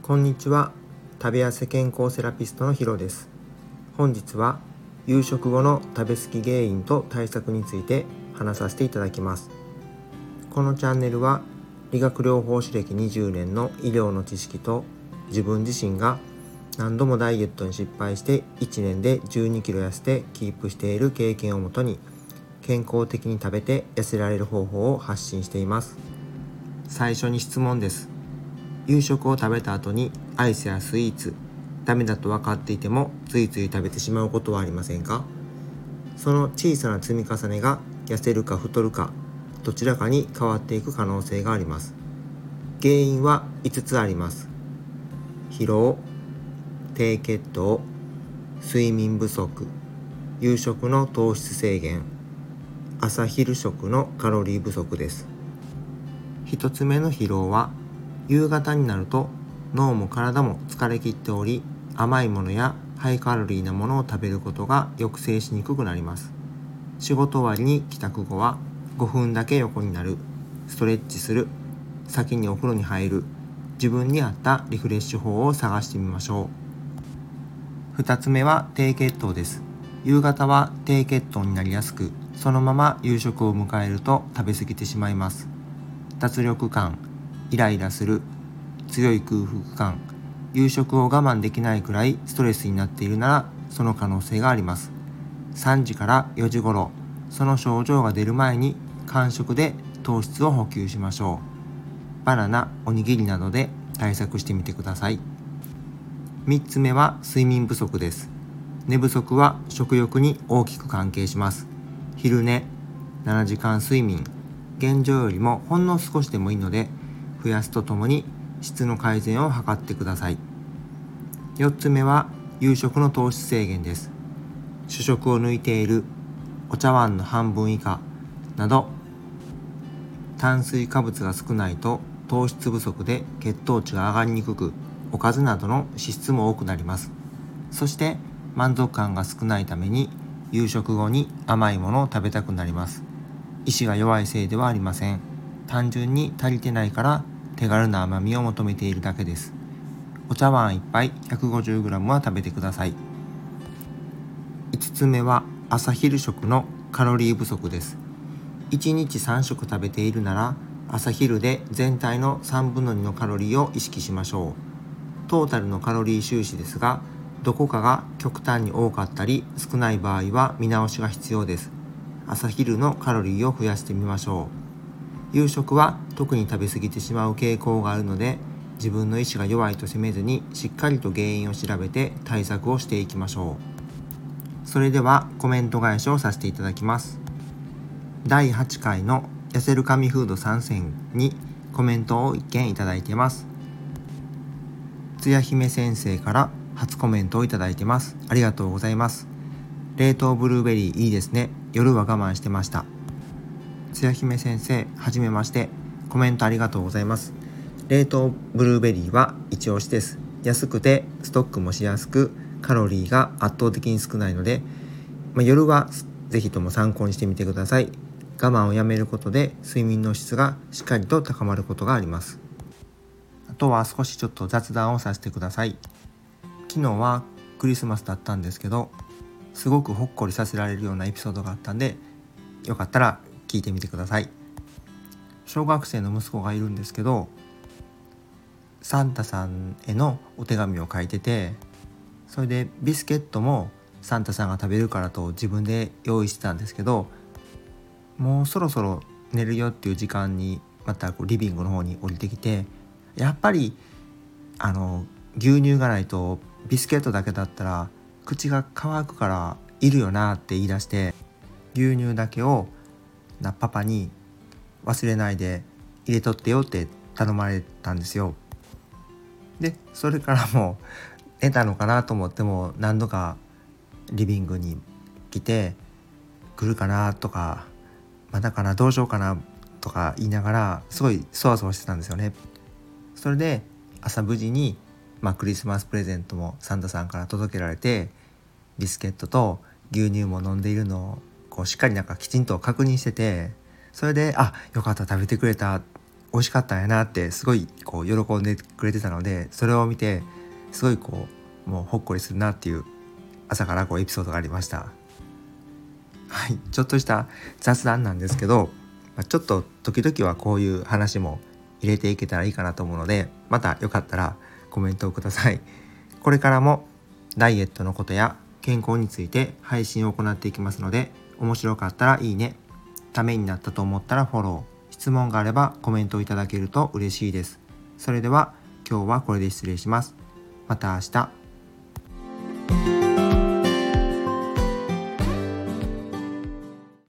こんにちは。食べ痩せ健康セラピストのヒロです。本日は夕食後の食べ過き原因と対策について話させていただきます。このチャンネルは理学療法士歴20年の医療の知識と自分自身が何度もダイエットに失敗して1年で12キロ痩せてキープしている経験をもとに健康的に食べて痩せられる方法を発信しています。最初に質問です。夕食を食べた後にアイスやスイーツ、ダメだと分かっていてもついつい食べてしまうことはありませんか？その小さな積み重ねが痩せるか太るかどちらかに変わっていく可能性があります。原因は5つあります。疲労、低血糖、睡眠不足、夕食の糖質制限、朝昼食のカロリー不足です。1つ目の疲労は夕方になると脳も体も疲れ切っており、甘いものやハイカロリーなものを食べることが抑制しにくくなります。仕事終わりに帰宅後は5分だけ横になる、ストレッチする、先にお風呂に入る、自分に合ったリフレッシュ法を探してみましょう。2つ目は低血糖です。夕方は低血糖になりやすく、そのまま夕食を迎えると食べ過ぎてしまいます。脱力感、イライラする、強い空腹感、夕食を我慢できないくらいストレスになっているならその可能性があります。3時から4時頃、その症状が出る前に間食で糖質を補給しましょう。バナナ、おにぎりなどで対策してみてください。3つ目は睡眠不足です。寝不足は食欲に大きく関係します。昼寝、7時間睡眠、現状よりもほんの少しでもいいので増やすとともに質の改善を図ってください。4つ目は夕食の糖質制限です。主食を抜いている、お茶碗の半分以下など炭水化物が少ないと糖質不足で血糖値が上がりにくく、おかずなどの脂質も多くなります。そして満足感が少ないために夕食後に甘いものを食べたくなります。意志が弱いせいではありません。単純に足りてないから手軽な甘みを求めているだけです。お茶碗1杯 150g は食べてください。5つ目は朝昼食のカロリー不足です。1日3食食べているなら朝昼で全体の3分の2のカロリーを意識しましょう。トータルのカロリー収支ですが、どこかが極端に多かったり少ない場合は見直しが必要です。朝昼のカロリーを増やしてみましょう。夕食は特に食べ過ぎてしまう傾向があるので、自分の意志が弱いと責めずにしっかりと原因を調べて対策をしていきましょう。それではコメント返しをさせていただきます。第8回の痩せる神フード参戦にコメントを1件いただいています。つや姫先生から初コメントをいただいてます。ありがとうございます。冷凍ブルーベリーいいですね。夜は我慢してました。つや姫先生、はじめまして。コメントありがとうございます。冷凍ブルーベリーは一押しです。安くてストックもしやすく、カロリーが圧倒的に少ないので、夜はぜひとも参考にしてみてください。我慢をやめることで睡眠の質がしっかりと高まることがあります。あとは少しちょっと雑談をさせてください。昨日はクリスマスだったんですけど、すごくほっこりさせられるようなエピソードがあったんで、よかったら聞いてみてください。小学生の息子がいるんですけど、サンタさんへのお手紙を書いてて、それでビスケットもサンタさんが食べるからと自分で用意してたんですけど、もうそろそろ寝るよっていう時間にまたリビングの方に降りてきて、やっぱり牛乳がないとビスケットだけだったら口が乾くからいるよなって言い出して、牛乳だけをパパに忘れないで入れとってよって頼まれたんですよ。でそれからもう寝たのかなと思っても何度かリビングに来て、来るかなとかまだかなどうしようかなとか言いながらすごいそわそわしてたんですよね。それで朝無事に、クリスマスプレゼントもサンタさんから届けられて、ビスケットと牛乳も飲んでいるのをしっかりきちんと確認してて、それでよかった食べてくれた、 美味しかったんやなってすごいこう喜んでくれてたので、それを見てすごいこうもうほっこりするなっていう朝からこうエピソードがありました。はい、ちょっとした雑談なんですけど、ちょっと時々はこういう話も入れていけたらいいかなと思うので、またよかったらコメントをください。これからもダイエットのことや健康について配信を行っていきますので、面白かったらいいね、ためになったと思ったらフォロー、質問があればコメントいただけると嬉しいです。それでは今日はこれで失礼します。また明日。